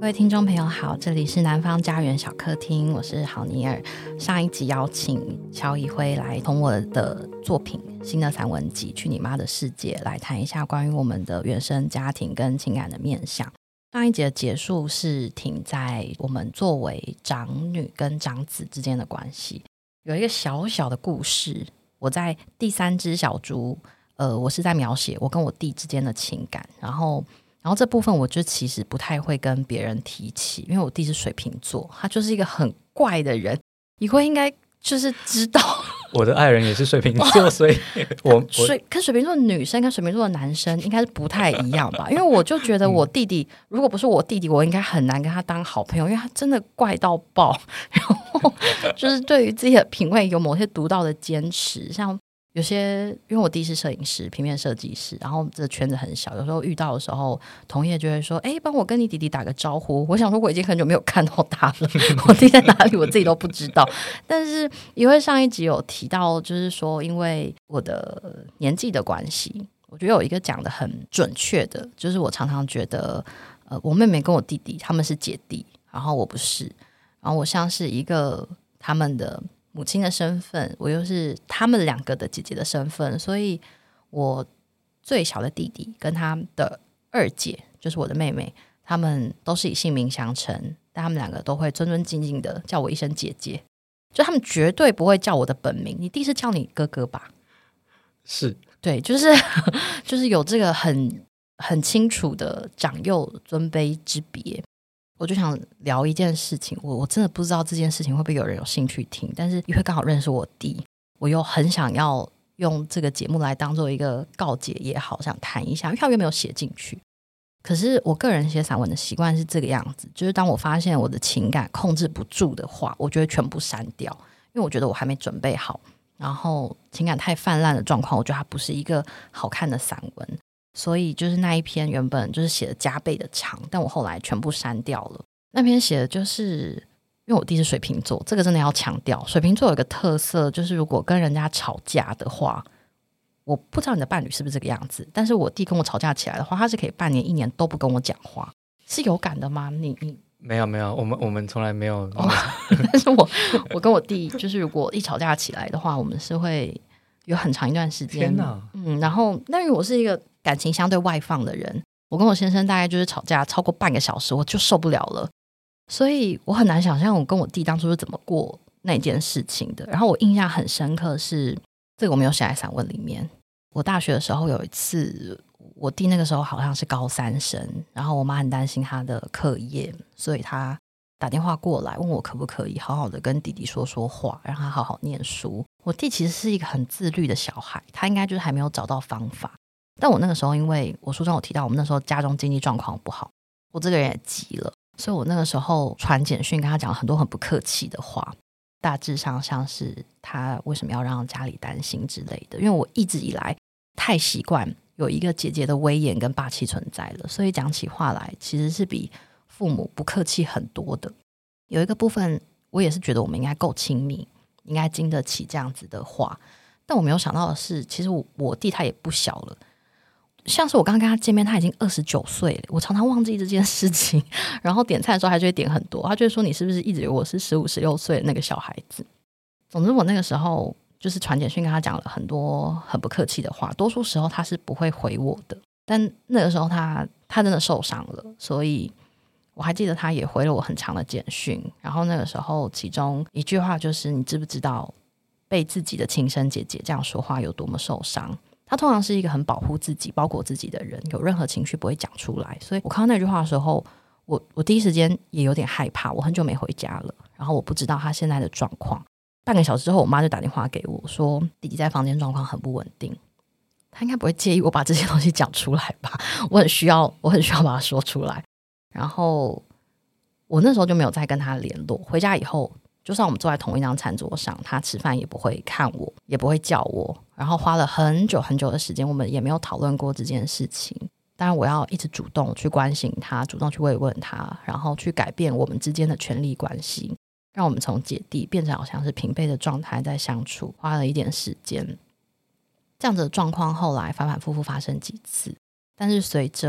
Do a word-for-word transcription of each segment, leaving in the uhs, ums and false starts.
位听众朋友好，这里是南方家园小客厅，我是郝妮儿。上一集邀请萧怡辉来从我的作品新的散文集《去你妈的世界》来谈一下关于我们的原生家庭跟情感的面向。上一集的结束是停在我们作为长女跟长子之间的关系，有一个小小的故事。我在第三只小猪，呃，我是在描写我跟我弟之间的情感，然后然后这部分我就其实不太会跟别人提起，因为我弟是水瓶座，他就是一个很怪的人，怡辉应该就是知道我的爱人也是水瓶座，所以我水跟水瓶座的女生跟水瓶座的男生应该是不太一样吧。因为我就觉得我弟弟、嗯、如果不是我弟弟，我应该很难跟他当好朋友，因为他真的怪到爆，然后就是对于自己的品味有某些独到的坚持。像有些因为我弟是摄影师平面设计师，然后这圈子很小，有时候遇到的时候同业就会说哎，帮我跟你弟弟打个招呼。我想说我已经很久没有看到他了，我弟在哪里我自己都不知道。但是因为上一集有提到就是说因为我的年纪的关系，我觉得有一个讲得很准确的，就是我常常觉得呃，我妹妹跟我弟弟他们是姐弟，然后我不是，然后我像是一个他们的母亲的身份，我又是他们两个的姐姐的身份，所以我最小的弟弟跟他的二姐就是我的妹妹，他们都是以姓名相称，但他们两个都会尊尊敬敬的叫我一声姐姐，就他们绝对不会叫我的本名。你弟是叫你哥哥吧？ 是， 对，就是就是有这个很很清楚的长幼尊卑之别。我就想聊一件事情，我我真的不知道这件事情会不会有人有兴趣听，但是因为刚好认识我弟，我又很想要用这个节目来当做一个告解也好，想谈一下，因为他又没有写进去。可是我个人写散文的习惯是这个样子，就是当我发现我的情感控制不住的话，我就会全部删掉，因为我觉得我还没准备好，然后情感太泛滥的状况，我觉得它不是一个好看的散文。所以就是那一篇原本就是写的加倍的长，但我后来全部删掉了。那篇写的就是因为我弟是水瓶座，这个真的要强调，水瓶座有一个特色，就是如果跟人家吵架的话，我不知道你的伴侣是不是这个样子，但是我弟跟我吵架起来的话，他是可以半年一年都不跟我讲话。是有感的吗？你你没有没有，我们我们从来没有、哦、 但是我我跟我弟就是如果一吵架起来的话，我们是会有很长一段时间， 天哪， 嗯，然后那因为我是一个感情相对外放的人，我跟我先生大概就是吵架超过半个小时我就受不了了，所以我很难想象我跟我弟当初是怎么过那件事情的。然后我印象很深刻是这个我没有写在散文里面，我大学的时候有一次，我弟那个时候好像是高三生，然后我妈很担心他的课业，所以他打电话过来问我可不可以好好的跟弟弟说说话，让他好好念书。我弟其实是一个很自律的小孩，他应该就是还没有找到方法，但我那个时候因为我书中有提到我们那时候家中经济状况不好，我这个人也急了，所以我那个时候传简讯跟他讲了很多很不客气的话，大致上像是他为什么要让家里担心之类的。因为我一直以来太习惯有一个姐姐的威严跟霸气存在了，所以讲起话来其实是比父母不客气很多的。有一个部分我也是觉得我们应该够亲密，应该经得起这样子的话，但我没有想到的是其实 我, 我弟他也不小了，像是我刚刚跟他见面他已经二十九岁了，我常常忘记这件事情，然后点菜的时候他就会点很多，他就会说你是不是一直以为我是十五十六岁的那个小孩子。总之我那个时候就是传简讯跟他讲了很多很不客气的话，多数时候他是不会回我的，但那个时候他他真的受伤了，所以我还记得他也回了我很长的简讯，然后那个时候其中一句话就是你知不知道被自己的亲生姐姐这样说话有多么受伤。他通常是一个很保护自己包裹自己的人，有任何情绪不会讲出来，所以我看到那句话的时候，我我第一时间也有点害怕，我很久没回家了，然后我不知道他现在的状况。半个小时之后我妈就打电话给我说弟弟在房间状况很不稳定，他应该不会介意我把这些东西讲出来吧，我很需要我很需要把它说出来。然后我那时候就没有再跟他联络，回家以后就算我们坐在同一张餐桌上，他吃饭也不会看我，也不会叫我，然后花了很久很久的时间我们也没有讨论过这件事情。当然我要一直主动去关心他，主动去慰问他，然后去改变我们之间的权力关系，让我们从姐弟变成好像是平辈的状态在相处，花了一点时间。这样子的状况后来反反复复发生几次，但是随着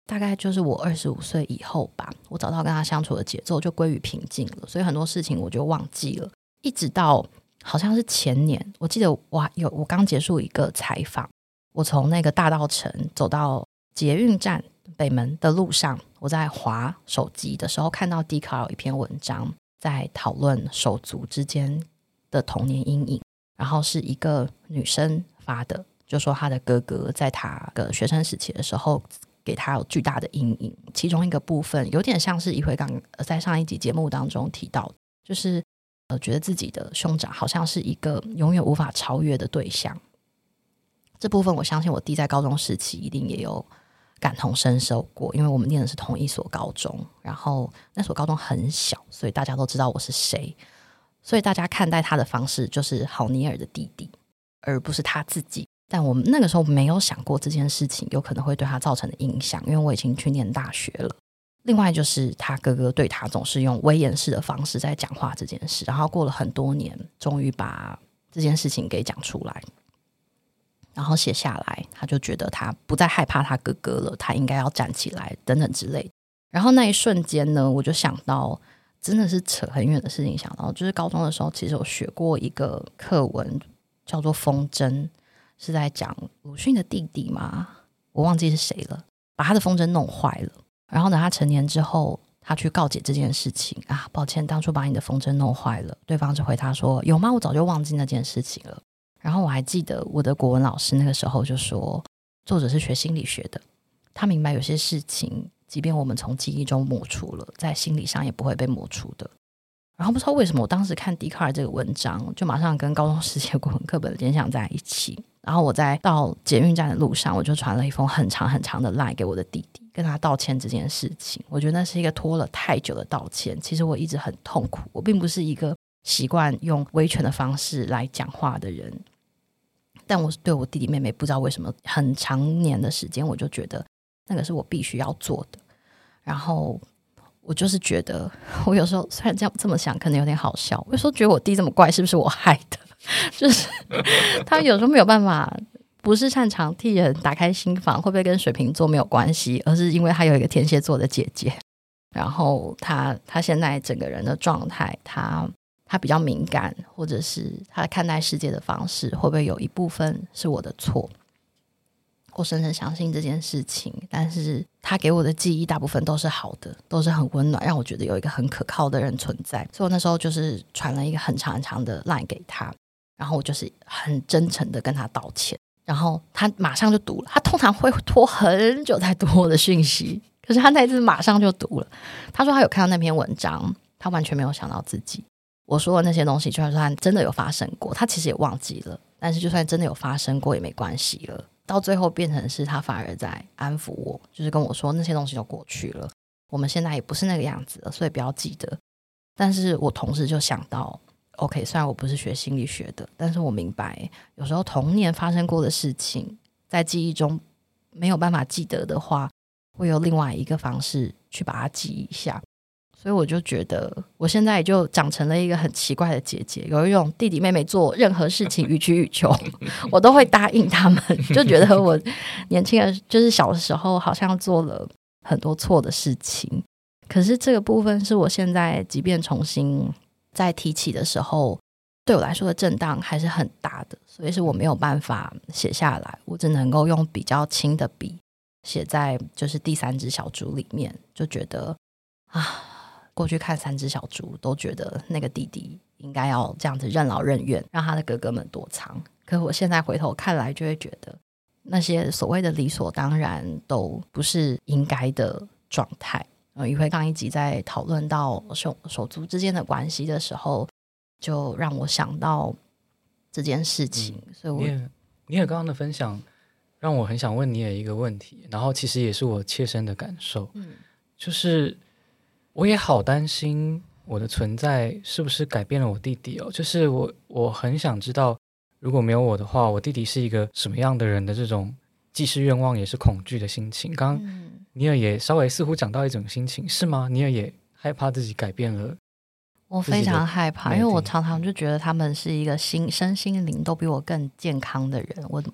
大概就是我二十五岁以后吧，我找到跟他相处的节奏就归于平静了，所以很多事情我就忘记了。一直到好像是前年，我记得我有我刚结束一个采访，我从那个大稻埕走到捷运站北门的路上，我在滑手机的时候看到 Dcard 有一篇文章在讨论手足之间的童年阴影，然后是一个女生发的，就说她的哥哥在她的学生时期的时候给他有巨大的阴影，其中一个部分有点像是一回刚在上一集节目当中提到，就是呃觉得自己的兄长好像是一个永远无法超越的对象。这部分我相信我弟在高中时期一定也有感同身受过，因为我们念的是同一所高中，然后那所高中很小，所以大家都知道我是谁，所以大家看待他的方式就是郝尼尔的弟弟，而不是他自己。但我们那个时候没有想过这件事情有可能会对他造成的影响，因为我已经去念大学了。另外就是他哥哥对他总是用威严式的方式在讲话这件事，然后过了很多年终于把这件事情给讲出来，然后写下来，他就觉得他不再害怕他哥哥了，他应该要站起来等等之类的。然后那一瞬间呢，我就想到真的是扯很远的事情，想到就是高中的时候其实我学过一个课文叫做风筝，是在讲鲁迅的弟弟嘛，我忘记是谁了，把他的风筝弄坏了，然后等他成年之后他去告解这件事情啊，抱歉当初把你的风筝弄坏了，对方就回他说有吗，我早就忘记那件事情了。然后我还记得我的国文老师那个时候就说，作者是学心理学的，他明白有些事情即便我们从记忆中抹除了，在心理上也不会被抹除的。然后不知道为什么我当时看笛卡尔这个文章就马上跟高中时期的国文课本联想在一起，然后我在到捷运站的路上我就传了一封很长很长的 LINE 给我的弟弟，跟他道歉这件事情。我觉得那是一个拖了太久的道歉，其实我一直很痛苦，我并不是一个习惯用威权的方式来讲话的人，但我对我弟弟妹妹不知道为什么很长年的时间我就觉得那个是我必须要做的。然后我就是觉得我有时候虽然这样这么想可能有点好笑，我有时候觉得我弟这么怪是不是我害的，就是他有时候没有办法，不是擅长替人打开心房，会不会跟水瓶座没有关系，而是因为他有一个天蝎座的姐姐，然后他他现在整个人的状态，他他比较敏感，或者是他看待世界的方式会不会有一部分是我的错，我深深相信这件事情，但是他给我的记忆大部分都是好的，都是很温暖，让我觉得有一个很可靠的人存在。所以我那时候就是传了一个很长很长的 LINE 给他，然后我就是很真诚的跟他道歉，然后他马上就读了，他通常会拖很久才读我的讯息，可是他那次马上就读了。他说他有看到那篇文章，他完全没有想到自己我说的那些东西就算真的有发生过，他其实也忘记了，但是就算真的有发生过也没关系了。到最后变成是他反而在安抚我，就是跟我说那些东西都过去了，我们现在也不是那个样子了，所以不要记得。但是我同时就想到 OK， 虽然我不是学心理学的，但是我明白有时候童年发生过的事情在记忆中没有办法记得的话，会有另外一个方式去把它记一下。所以我就觉得我现在也就长成了一个很奇怪的姐姐，有一种弟弟妹妹做任何事情予取予求我都会答应他们，就觉得我年轻的就是小的时候好像做了很多错的事情，可是这个部分是我现在即便重新再提起的时候对我来说的震荡还是很大的，所以是我没有办法写下来，我只能够用比较轻的笔写在就是第三只小猪里面，就觉得啊，过去看三只小猪都觉得那个弟弟应该要这样子任劳任怨，让他的哥哥们躲藏，可是我现在回头看来就会觉得那些所谓的理所当然都不是应该的状态。于辉上一集在讨论到手手足之间的关系的时候就让我想到这件事情、嗯、所以我你也你也刚刚的分享让我很想问你也一个问题，然后其实也是我切身的感受、嗯、就是我也好担心我的存在是不是改变了我弟弟哦，就是我我很想知道如果没有我的话我弟弟是一个什么样的人的这种既是愿望也是恐惧的心情。刚刚尼尔也稍微似乎讲到一种心情，是吗？尼尔也害怕自己改变了？ 我非常害怕，因为我常常就觉得他们是一个心身心灵都比我更健康的人，我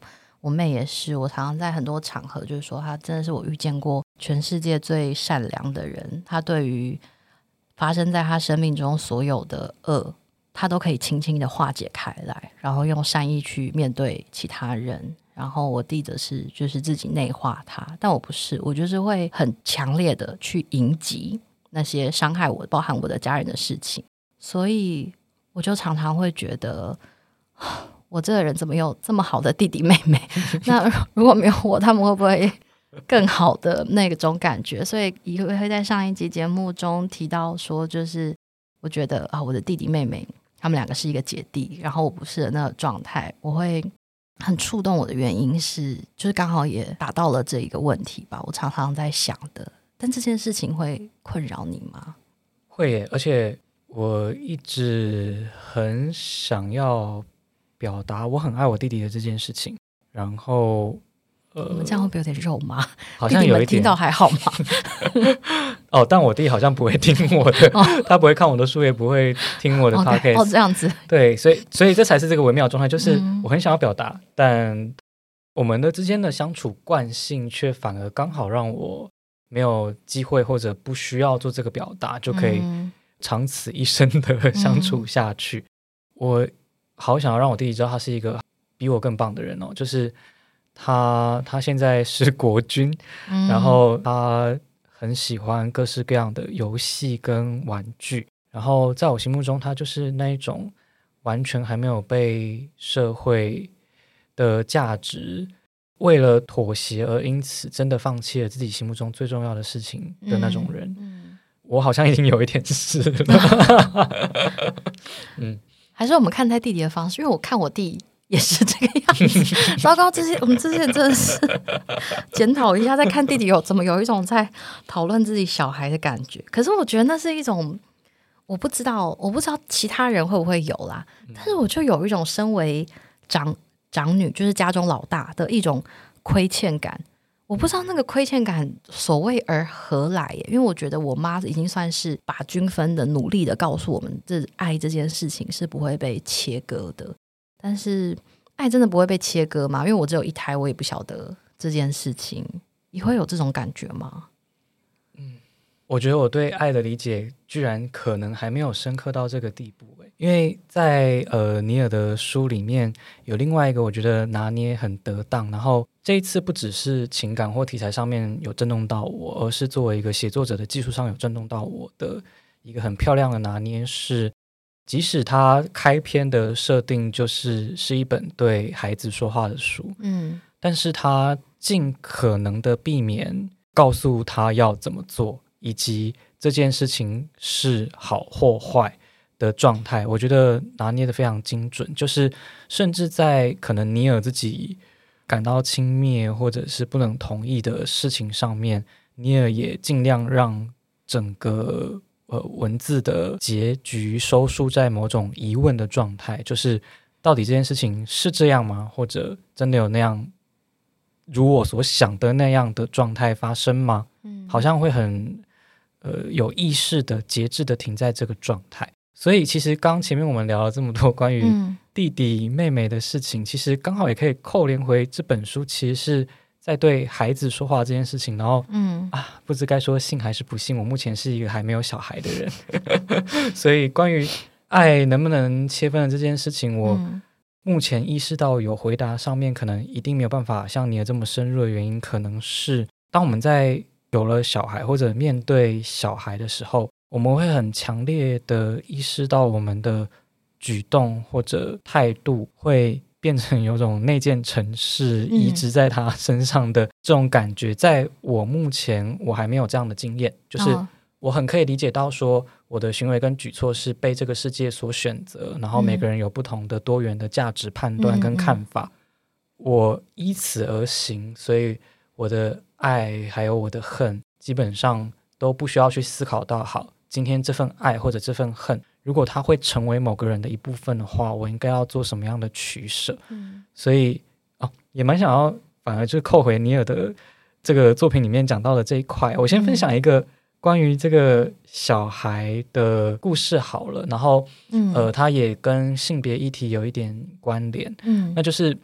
我妹也是，我常常在很多场合就是说，她真的是我遇见过全世界最善良的人。她对于发生在她生命中所有的恶，她都可以轻轻的化解开来，然后用善意去面对其他人。然后我弟的是就是自己内化它，但我不是，我就是会很强烈的去迎击那些伤害我包含我的家人的事情。所以我就常常会觉得我这个人怎么有这么好的弟弟妹妹那如果没有我他们会不会更好的那种感觉。所以也会在上一集节目中提到说，就是我觉得啊，我的弟弟妹妹他们两个是一个姐弟，然后我不是的那个状态，我会很触动我的原因是就是刚好也打到了这一个问题吧，我常常在想的。但这件事情会困扰你吗？ 会耶，而且我一直很想要表达我很爱我弟弟的这件事情，然后呃， 我们这样会不会有点肉麻？ 好像有一点， 弟弟们听到还好吗？ 哦，但我弟好像不会听我的，哦、他不会看我的书，也不会听我的 podcast。 Okay, 哦，这样子。 对，所以所以这才是这个微妙的状态，就是我很想要表达，嗯、但我们的之间的相处惯性却反而刚好让我没有机会或者不需要做这个表达，就可以长此一生的相处下去。嗯、我好想要让我弟弟知道他是一个比我更棒的人哦，就是他他现在是国军，嗯、然后他很喜欢各式各样的游戏跟玩具，然后在我心目中他就是那一种完全还没有被社会的价值为了妥协而因此真的放弃了自己心目中最重要的事情的那种人。嗯嗯、我好像已经有一点是了嗯，还是我们看待弟弟的方式，因为我看我弟也是这个样子。糟糕，这些我们这些人真的是检讨一下，在看弟弟有怎么有一种在讨论自己小孩的感觉。可是我觉得那是一种，我不知道，我不知道其他人会不会有啦。但是我就有一种身为长长女，就是家中老大的一种亏欠感。我不知道那个亏欠感所谓而何来耶，因为我觉得我妈已经算是把均分的努力的告诉我们，这爱这件事情是不会被切割的。但是爱真的不会被切割吗？因为我只有一胎，我也不晓得这件事情。你会有这种感觉吗？ 嗯，我觉得我对爱的理解居然可能还没有深刻到这个地步。因为在呃尼尔的书里面有另外一个我觉得拿捏很得当，然后这一次不只是情感或题材上面有震动到我，而是作为一个写作者的技术上有震动到我的一个很漂亮的拿捏是，即使他开篇的设定就是是一本对孩子说话的书，嗯，但是他尽可能的避免告诉他要怎么做，以及这件事情是好或坏的状态，我觉得拿捏的非常精准。就是甚至在可能尼尔自己感到轻蔑或者是不能同意的事情上面，尼尔也尽量让整个呃文字的结局收束在某种疑问的状态，就是到底这件事情是这样吗？或者真的有那样如我所想的那样的状态发生吗？嗯，好像会很呃有意识的节制的停在这个状态。所以其实刚前面我们聊了这么多关于弟弟妹妹的事情，嗯、其实刚好也可以扣连回这本书其实是在对孩子说话这件事情。然后嗯啊，不知该说信还是不信，我目前是一个还没有小孩的人所以关于爱能不能切分的这件事情，我目前意识到有回答上面可能一定没有办法像你的这么深入的原因，可能是当我们在有了小孩或者面对小孩的时候，我们会很强烈的意识到我们的举动或者态度会变成有种内建程式移植在他身上的这种感觉。嗯、在我目前我还没有这样的经验，就是我很可以理解到说我的行为跟举措是被这个世界所选择，然后每个人有不同的多元的价值判断跟看法，嗯、我依此而行，所以我的爱还有我的恨基本上都不需要去思考到好今天这份爱或者这份恨，如果它会成为某个人的一部分的话，我应该要做什么样的取舍。嗯、所以、哦、也蛮想要反而就扣回尼尔的这个作品里面讲到的这一块。我先分享一个关于这个小孩的故事好了，然后、嗯、呃，它也跟性别议题有一点关联。嗯、那就是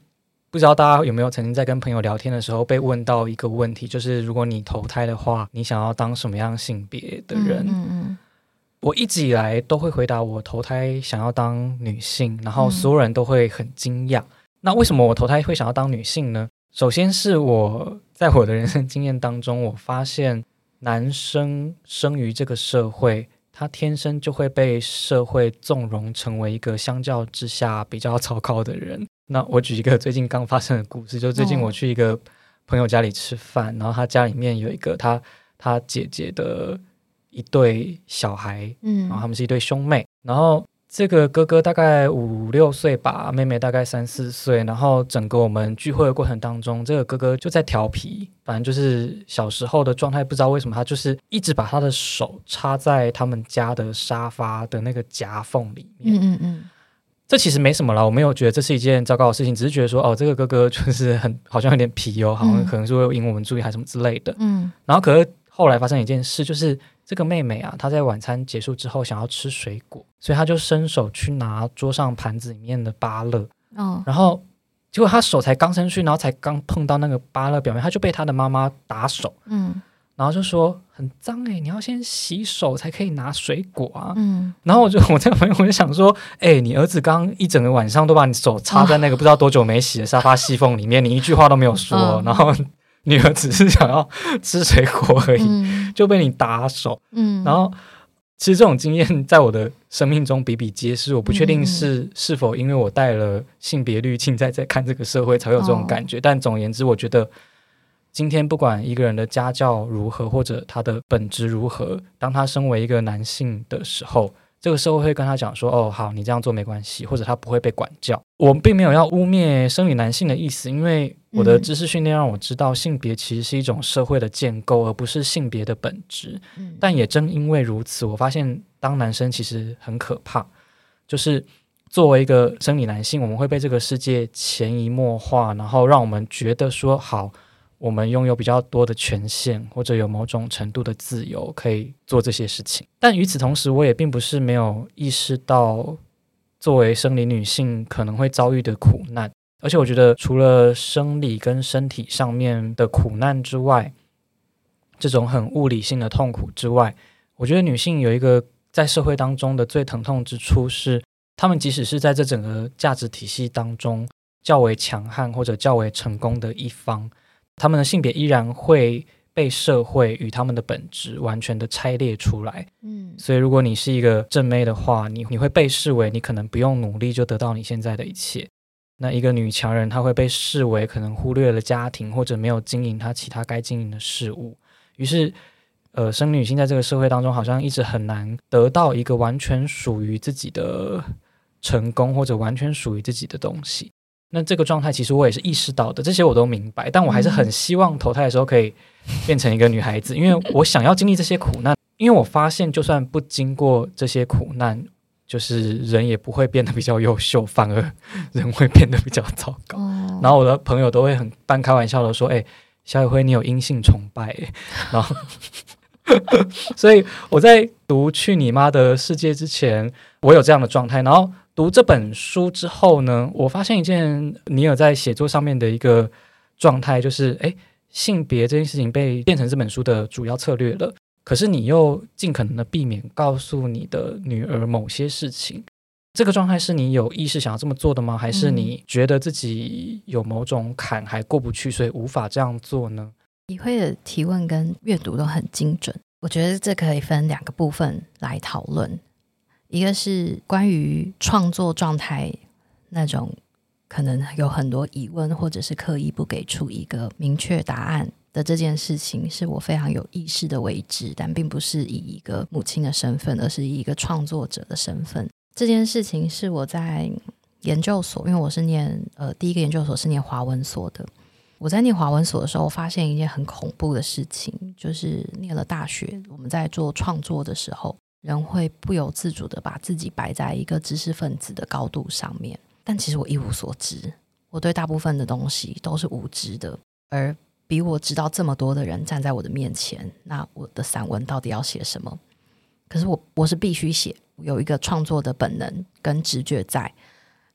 不知道大家有没有曾经在跟朋友聊天的时候被问到一个问题，就是如果你投胎的话，你想要当什么样性别的人？嗯嗯嗯，我一直以来都会回答我投胎想要当女性，然后所有人都会很惊讶、嗯、那为什么我投胎会想要当女性呢？首先是我在我的人生经验当中，我发现男生生于这个社会，他天生就会被社会纵容成为一个相较之下比较糟糕的人。那我举一个最近刚发生的故事，就最近我去一个朋友家里吃饭、哦、然后他家里面有一个他他姐姐的一对小孩、嗯、然后他们是一对兄妹，然后这个哥哥大概五六岁吧，妹妹大概三四岁，然后整个我们聚会的过程当中，这个哥哥就在调皮，反正就是小时候的状态，不知道为什么他就是一直把他的手插在他们家的沙发的那个夹缝里面。嗯嗯嗯，这其实没什么啦，我没有觉得这是一件糟糕的事情，只是觉得说哦，这个哥哥就是很好像有点皮哦，好像可能是会引我们注意还是什么之类的。嗯，然后可是后来发生一件事，就是这个妹妹啊，她在晚餐结束之后想要吃水果，所以她就伸手去拿桌上盘子里面的芭乐、哦、然后结果她手才刚伸去，然后才刚碰到那个芭乐表面，她就被她的妈妈打手。嗯，然后就说很脏哎、欸，你要先洗手才可以拿水果啊。嗯，然后我就我这个朋友我就想说，哎、欸，你儿子刚一整个晚上都把你手插在那个不知道多久没洗的沙发细缝里面，你一句话都没有说，哦、然后女儿只是想要吃水果而已、嗯、就被你打手。嗯，然后其实这种经验在我的生命中比比皆是，我不确定是、嗯、是否因为我带了性别滤镜在在看这个社会才会有这种感觉、哦、但总而言之我觉得今天不管一个人的家教如何或者他的本质如何，当他身为一个男性的时候，这个社会会跟他讲说哦好，你这样做没关系，或者他不会被管教。我并没有要污蔑生理男性的意思，因为我的知识训练让我知道性别其实是一种社会的建构，而不是性别的本质、嗯、但也正因为如此，我发现当男生其实很可怕，就是作为一个生理男性，我们会被这个世界潜移默化，然后让我们觉得说好，我们拥有比较多的权限，或者有某种程度的自由可以做这些事情。但与此同时，我也并不是没有意识到作为生理女性可能会遭遇的苦难，而且我觉得除了生理跟身体上面的苦难之外，这种很物理性的痛苦之外，我觉得女性有一个在社会当中的最疼痛之处是，她们即使是在这整个价值体系当中较为强悍或者较为成功的一方，他们的性别依然会被社会与他们的本质完全的拆裂出来。嗯，所以如果你是一个正妹的话，你你会被视为你可能不用努力就得到你现在的一切。那一个女强人，她会被视为可能忽略了家庭或者没有经营她其他该经营的事物。于是呃，生理女性在这个社会当中好像一直很难得到一个完全属于自己的成功，或者完全属于自己的东西。那这个状态其实我也是意识到的，这些我都明白，但我还是很希望投胎的时候可以变成一个女孩子，因为我想要经历这些苦难，因为我发现就算不经过这些苦难，就是人也不会变得比较优秀，反而人会变得比较糟糕、哦、然后我的朋友都会很半开玩笑的说，哎、欸，小宇辉你有阴性崇拜、欸、然后所以我在读去你妈的世界之前，我有这样的状态，然后读这本书之后呢，我发现一件尼尔在写作上面的一个状态，就是诶，性别这件事情被变成这本书的主要策略了，可是你又尽可能的避免告诉你的女儿某些事情。这个状态是你有意识想要这么做的吗？还是你觉得自己有某种坎还过不去，所以无法这样做呢？ 李慧的提问跟阅读都很精准，我觉得这可以分两个部分来讨论。一个是关于创作状态那种可能有很多疑问，或者是刻意不给出一个明确答案的这件事情，是我非常有意识的为之，但并不是以一个母亲的身份，而是以一个创作者的身份。这件事情是我在研究所，因为我是念呃第一个研究所是念华文所的，我在念华文所的时候发现一件很恐怖的事情，就是念了大学，我们在做创作的时候，人会不由自主的把自己摆在一个知识分子的高度上面，但其实我一无所知，我对大部分的东西都是无知的，而比我知道这么多的人站在我的面前，那我的散文到底要写什么？可是我我是必须写，有一个创作的本能跟直觉在，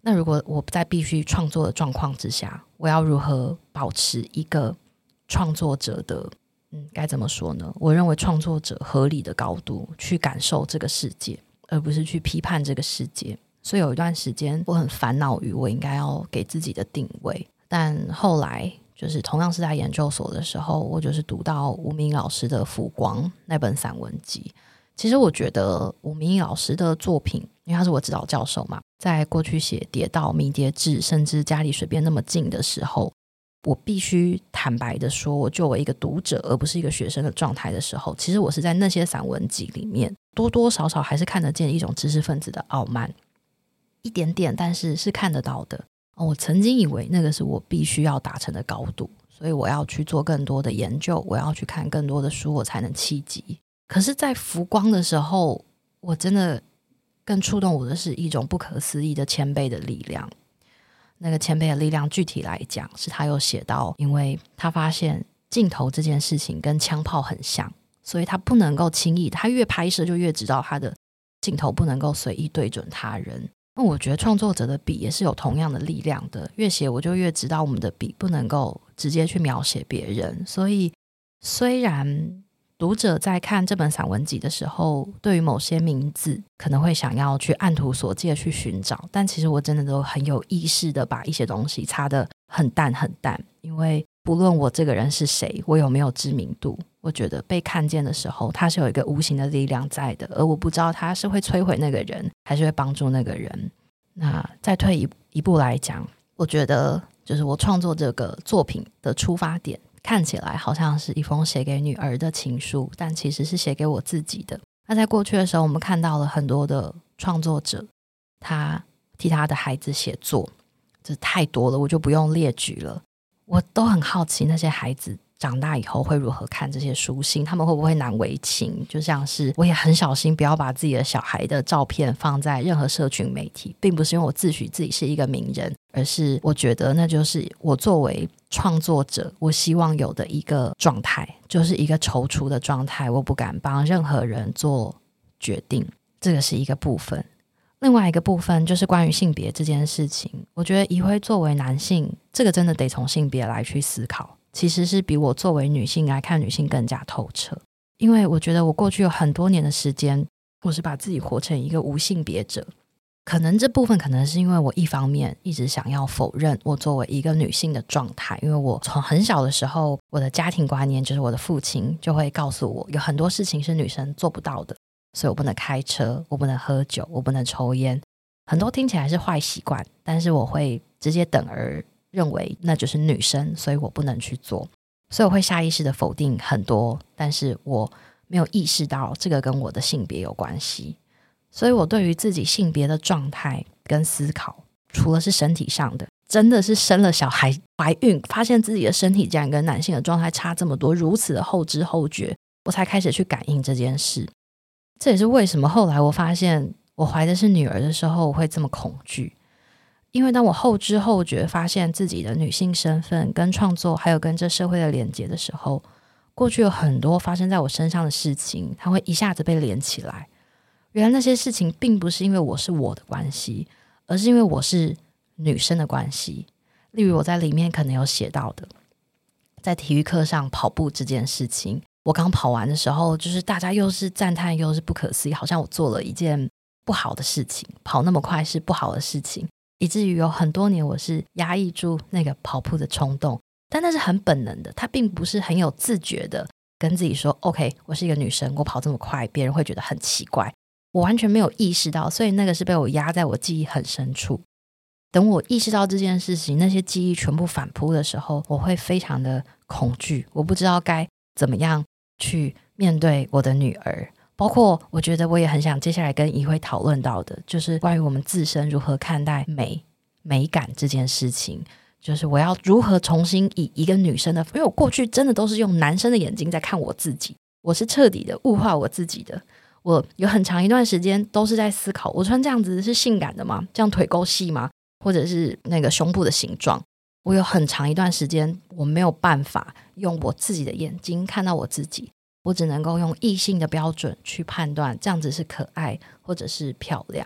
那如果我在必须创作的状况之下，我要如何保持一个创作者的嗯，该怎么说呢？我认为创作者合理的高度去感受这个世界，而不是去批判这个世界。所以有一段时间我很烦恼于我应该要给自己的定位，但后来就是同样是在研究所的时候，我就是读到吴明益老师的《浮光》那本散文集。其实我觉得吴明益老师的作品，因为他是我指导教授嘛，在过去写《跌倒》《迷迭志》甚至家里水边那么近的时候，我必须坦白的说，我作为一个读者而不是一个学生的状态的时候，其实我是在那些散文集里面多多少少还是看得见一种知识分子的傲慢，一点点，但是是看得到的。哦，我曾经以为那个是我必须要达成的高度，所以我要去做更多的研究，我要去看更多的书，我才能企及。可是在浮光的时候，我真的更触动我的是一种不可思议的谦卑的力量。那个谦卑的力量具体来讲是他有写到，因为他发现镜头这件事情跟枪炮很像，所以他不能够轻易，他越拍摄就越知道他的镜头不能够随意对准他人。那我觉得创作者的笔也是有同样的力量的，越写我就越知道我们的笔不能够直接去描写别人。所以虽然读者在看这本散文集的时候，对于某些名字可能会想要去按图索骥去寻找，但其实我真的都很有意识的把一些东西擦得很淡很淡，因为不论我这个人是谁，我有没有知名度，我觉得被看见的时候，它是有一个无形的力量在的，而我不知道它是会摧毁那个人还是会帮助那个人。那再退一一步来讲，我觉得就是我创作这个作品的出发点看起来好像是一封写给女儿的情书，但其实是写给我自己的。那在过去的时候，我们看到了很多的创作者，他替他的孩子写作，这太多了，我就不用列举了。我都很好奇那些孩子长大以后会如何看这些书信，他们会不会难为情。就像是我也很小心不要把自己的小孩的照片放在任何社群媒体，并不是因为我自诩自己是一个名人，而是我觉得那就是我作为创作者我希望有的一个状态，就是一个踌躇的状态，我不敢帮任何人做决定，这个是一个部分。另外一个部分就是关于性别这件事情，我觉得怡辉作为男性，这个真的得从性别来去思考，其实是比我作为女性来看女性更加透彻。因为我觉得我过去有很多年的时间，我是把自己活成一个无性别者，可能这部分可能是因为我一方面一直想要否认我作为一个女性的状态，因为我从很小的时候，我的家庭观念就是我的父亲就会告诉我有很多事情是女生做不到的，所以我不能开车，我不能喝酒，我不能抽烟，很多听起来是坏习惯，但是我会直接等而认为那就是女生，所以我不能去做，所以我会下意识的否定很多，但是我没有意识到这个跟我的性别有关系。所以我对于自己性别的状态跟思考，除了是身体上的，真的是生了小孩怀孕发现自己的身体竟然跟男性的状态差这么多，如此的后知后觉，我才开始去感应这件事。这也是为什么后来我发现我怀的是女儿的时候我会这么恐惧，因为当我后知后觉发现自己的女性身份跟创作还有跟这社会的连结的时候，过去有很多发生在我身上的事情它会一下子被连起来。原来那些事情并不是因为我是我的关系，而是因为我是女生的关系。例如我在里面可能有写到的，在体育课上跑步这件事情，我刚跑完的时候，就是大家又是赞叹又是不可思议，好像我做了一件不好的事情，跑那么快是不好的事情，以至于有很多年我是压抑住那个跑步的冲动，但那是很本能的，它并不是很有自觉的跟自己说 OK 我是一个女生，我跑这么快别人会觉得很奇怪，我完全没有意识到，所以那个是被我压在我记忆很深处。等我意识到这件事情，那些记忆全部反扑的时候，我会非常的恐惧，我不知道该怎么样去面对我的女儿。包括我觉得我也很想接下来跟怡辉讨论到的，就是关于我们自身如何看待美美感这件事情，就是我要如何重新以一个女生的，因为我过去真的都是用男生的眼睛在看我自己，我是彻底的物化我自己的。我有很长一段时间都是在思考，我穿这样子是性感的吗？这样腿够细吗？或者是那个胸部的形状，我有很长一段时间我没有办法用我自己的眼睛看到我自己，我只能够用异性的标准去判断这样子是可爱或者是漂亮。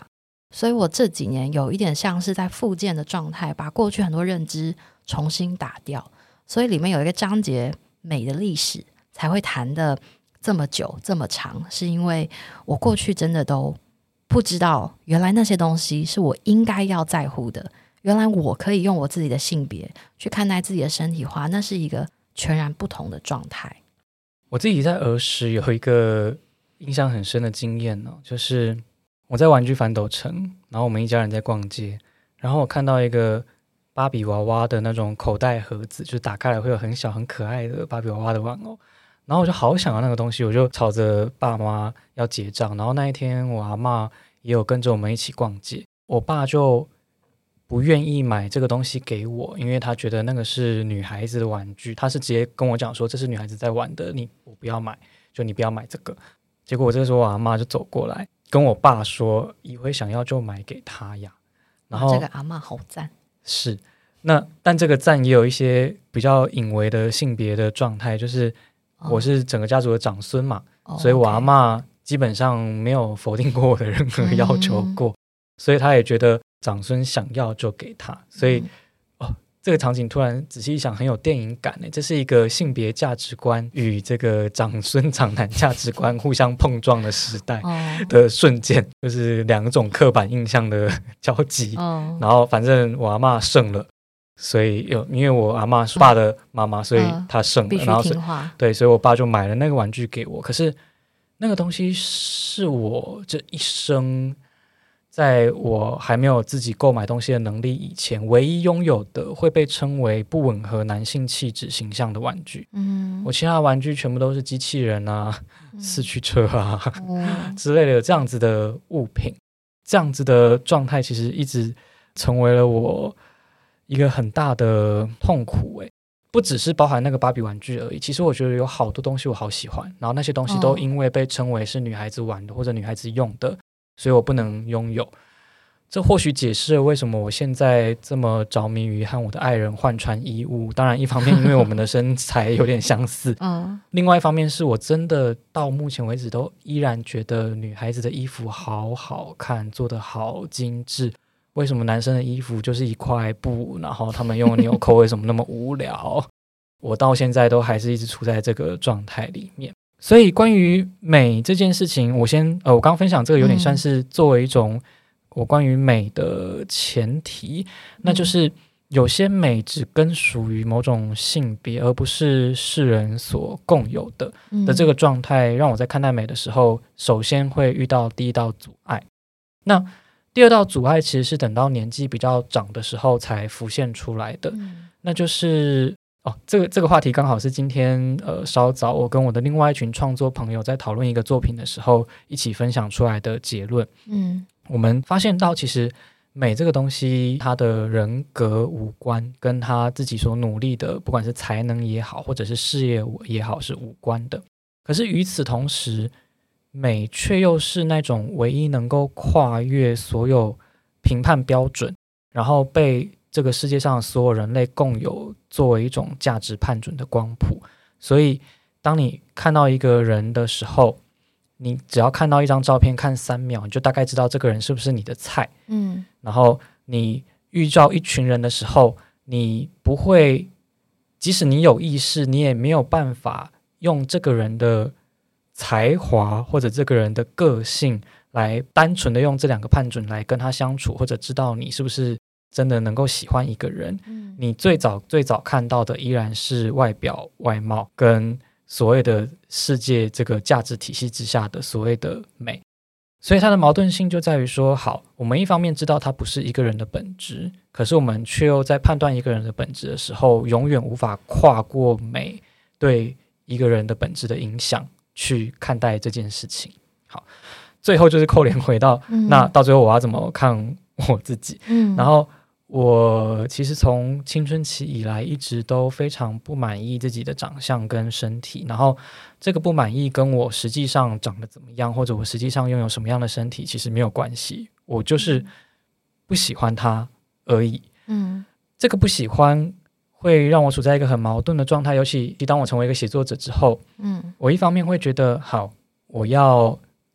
所以我这几年有一点像是在复健的状态，把过去很多认知重新打掉，所以里面有一个章节美的历史才会谈的这么久这么长，是因为我过去真的都不知道原来那些东西是我应该要在乎的，原来我可以用我自己的性别去看待自己的身体化，那是一个全然不同的状态。 我自己在儿时有一个印象很深的经验呢、哦，就是我在玩具反斗城，然后我们一家人在逛街，然后我看到一个芭比娃娃的那种口袋盒子，就是打开来会有很小很可爱的芭比娃娃的玩偶，然后我就好想要那个东西，我就吵着爸妈要结账，然后那一天我阿嬷也有跟着我们一起逛街，我爸就不愿意买这个东西给我，因为他觉得那个是女孩子的玩具，他是直接跟我讲说这是女孩子在玩的，你我不要买，就你不要买这个。结果我这个时候我阿嬷就走过来跟我爸说，以辉想要就买给他呀。然后这个阿嬷好赞。 是，那但这个赞也有一些比较隐微的性别的状态，就是我是整个家族的长孙嘛， 哦、 所以我阿嬷基本上没有否定过我的任何要求过、嗯、所以他也觉得长孙想要就给他，所以、嗯、哦，这个场景突然仔细一想很有电影感耶，这是一个性别价值观与这个长孙长男价值观互相碰撞的时代的瞬间、哦、就是两种刻板印象的交集、哦、然后反正我阿嬷胜了，所以有因为我阿嬷是爸的妈妈、嗯、所以她胜了、 呃、必须听话， 对，所以我爸就买了那个玩具给我。可是那个东西是我这一生在我还没有自己购买东西的能力以前唯一拥有的会被称为不吻合男性气质形象的玩具、嗯、我其他的玩具全部都是机器人啊、嗯、四驱车啊、嗯、之类的这样子的物品，这样子的状态其实一直成为了我一个很大的痛苦、欸、不只是包含那个芭比玩具而已，其实我觉得有好多东西我好喜欢，然后那些东西都因为被称为是女孩子玩的或者女孩子用的，所以我不能拥有。这或许解释了为什么我现在这么着迷于和我的爱人换穿衣物，当然一方面因为我们的身材有点相似另外一方面是我真的到目前为止都依然觉得女孩子的衣服好好看，做得好精致，为什么男生的衣服就是一块布，然后他们用纽扣为什么那么无聊我到现在都还是一直处在这个状态里面。所以关于美这件事情，我先呃，我刚刚分享这个有点算是作为一种我关于美的前提、嗯、那就是有些美只根属于某种性别而不是世人所共有的、嗯、的这个状态，让我在看待美的时候首先会遇到第一道阻碍。那第二道阻碍其实是等到年纪比较长的时候才浮现出来的、嗯、那就是哦，这个这个话题刚好是今天呃稍早我跟我的另外一群创作朋友在讨论一个作品的时候一起分享出来的结论。嗯，我们发现到其实美这个东西它的人格五官跟他自己所努力的不管是才能也好或者是事业也好是无关的，可是与此同时美却又是那种唯一能够跨越所有评判标准，然后被这个世界上所有人类共有作为一种价值判准的光谱。所以当你看到一个人的时候，你只要看到一张照片看三秒，你就大概知道这个人是不是你的菜。嗯，然后你遇到一群人的时候，你不会，即使你有意识，你也没有办法用这个人的才华或者这个人的个性来单纯的用这两个判准来跟他相处，或者知道你是不是真的能够喜欢一个人、嗯、你最早最早看到的依然是外表外貌跟所谓的世界这个价值体系之下的所谓的美。所以它的矛盾性就在于说，好，我们一方面知道它不是一个人的本质，可是我们却又在判断一个人的本质的时候永远无法跨过美对一个人的本质的影响去看待这件事情。好，最后就是扣连回到、嗯、那到最后我要怎么看我自己、嗯、然后我其实从青春期以来一直都非常不满意自己的长相跟身体，然后这个不满意跟我实际上长得怎么样或者我实际上拥有什么样的身体其实没有关系，我就是不喜欢它而已。嗯，这个不喜欢会让我处在一个很矛盾的状态，尤其当我成为一个写作者之后，嗯，我一方面会觉得好，我要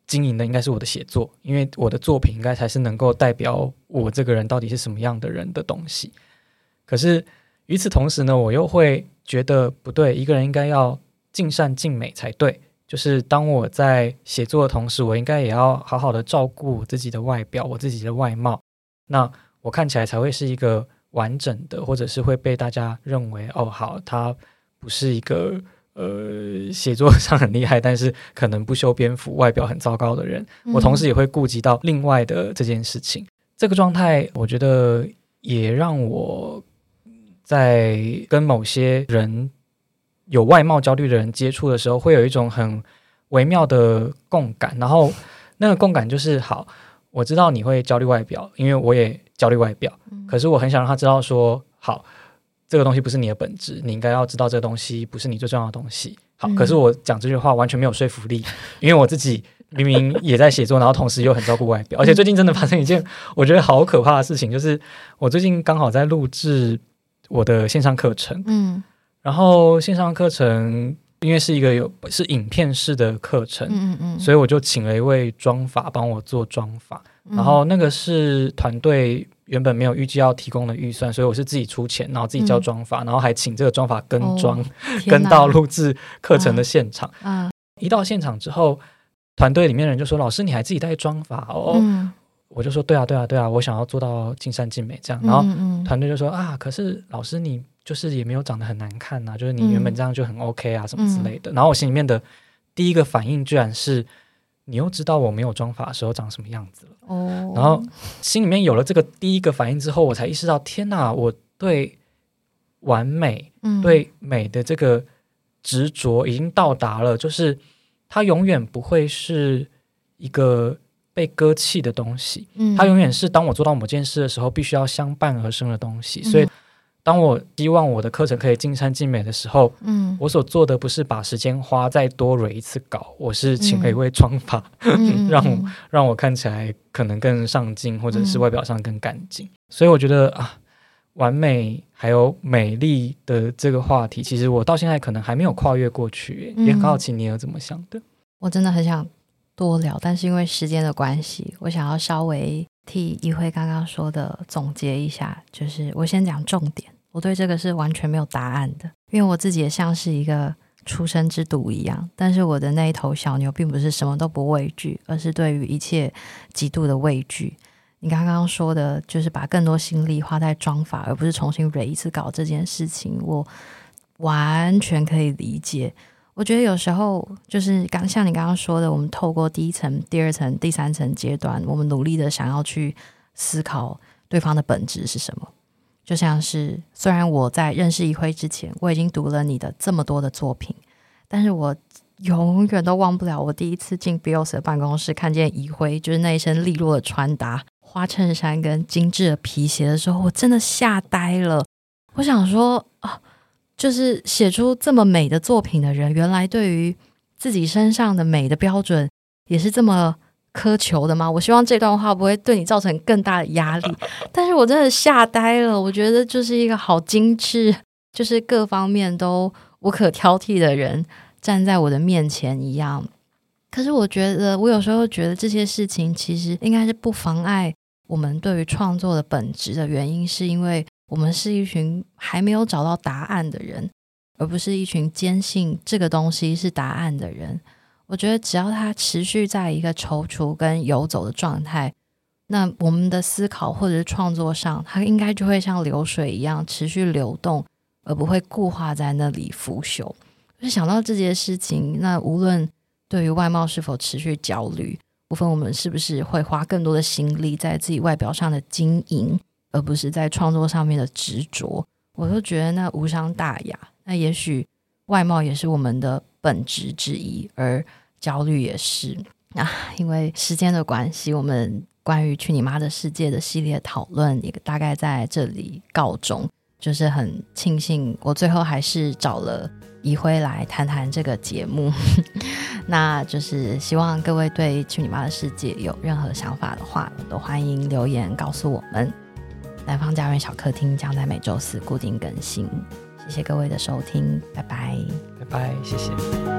经营的应该是我的写作，因为我的作品应该才是能够代表我这个人到底是什么样的人的东西。可是与此同时呢，我又会觉得不对，一个人应该要尽善尽美才对，就是当我在写作的同时，我应该也要好好的照顾我自己的外表，我自己的外貌，那我看起来才会是一个完整的，或者是会被大家认为哦好，他不是一个呃写作上很厉害但是可能不修边幅外表很糟糕的人、嗯、我同时也会顾及到另外的这件事情。这个状态我觉得也让我在跟某些人有外貌焦虑的人接触的时候，会有一种很微妙的共感，然后那个共感就是好，我知道你会焦虑外表，因为我也焦虑外表、嗯、可是我很想让他知道说好，这个东西不是你的本质，你应该要知道这个东西不是你最重要的东西。好、嗯、可是我讲这句话完全没有说服力，因为我自己明明也在写作，然后同时又很照顾外表，而且最近真的发生一件我觉得好可怕的事情，就是我最近刚好在录制我的线上课程，嗯，然后线上课程因为是一个有是影片式的课程，嗯嗯嗯，所以我就请了一位妆发帮我做妆发、嗯、然后那个是团队原本没有预计要提供的预算，所以我是自己出钱，然后自己教妆发、嗯、然后还请这个妆发跟妆、哦、跟到录制课程的现场、啊、一到现场之后，团队里面的人就说老师你还自己带妆发哦、嗯，我就说对啊对啊对啊，我想要做到尽善尽美这样，然后团队就说啊，可是老师你就是也没有长得很难看啊，就是你原本这样就很 OK 啊、嗯、什么之类的，然后我心里面的第一个反应居然是你又知道我没有妆发的时候长什么样子了、哦、然后心里面有了这个第一个反应之后，我才意识到天哪，我对完美、嗯、对美的这个执着已经到达了，就是它永远不会是一个被割弃的东西、嗯、它永远是当我做到某件事的时候必须要相伴而生的东西、嗯、所以当我希望我的课程可以尽善尽美的时候、嗯、我所做的不是把时间花再多蕊一次稿，我是请了一位妆发、嗯、让我让我看起来可能更上镜，或者是外表上更干净、嗯、所以我觉得啊，完美还有美丽的这个话题，其实我到现在可能还没有跨越过去、嗯、也很好奇你有怎么想的。 我真的很想多聊，但是因为时间的关系，我想要稍微替一辉刚刚说的总结一下，就是我先讲重点，我对这个是完全没有答案的，因为我自己也像是一个出生之犊一样，但是我的那一头小牛并不是什么都不畏惧，而是对于一切极度的畏惧。你刚刚说的就是把更多心力花在妆发而不是重新蕊一次稿这件事情，我完全可以理解。我觉得有时候就是刚像你刚刚说的，我们透过第一层、第二层、第三层阶段，我们努力的想要去思考对方的本质是什么。就像是虽然我在认识一辉之前我已经读了你的这么多的作品，但是我永远都忘不了我第一次进 Bios 的办公室看见一辉就是那一身利落的穿搭，花衬衫跟精致的皮鞋的时候，我真的吓呆了。我想说啊，就是写出这么美的作品的人，原来对于自己身上的美的标准也是这么苛求的吗？我希望这段话不会对你造成更大的压力，但是我真的吓呆了。我觉得就是一个好精致，就是各方面都无可挑剔的人站在我的面前一样。可是我觉得我有时候觉得这些事情其实应该是不妨碍我们对于创作的本质的原因，是因为我们是一群还没有找到答案的人，而不是一群坚信这个东西是答案的人。我觉得只要它持续在一个踌躇跟游走的状态，那我们的思考或者是创作上，它应该就会像流水一样持续流动，而不会固化在那里腐朽。就想到这件事情，那无论对于外貌是否持续焦虑，无论我们是不是会花更多的心力在自己外表上的经营，而不是在创作上面的执着，我都觉得那无伤大雅。那也许外貌也是我们的本质之一，而焦虑也是啊。因为时间的关系，我们关于去你妈的世界的系列讨论也大概在这里告终。就是很庆幸我最后还是找了一辉来谈谈这个节目那就是希望各位对去你妈的世界有任何想法的话，都欢迎留言告诉我们。南方家园小客厅将在每周四固定更新，谢谢各位的收听，拜拜拜拜，谢谢。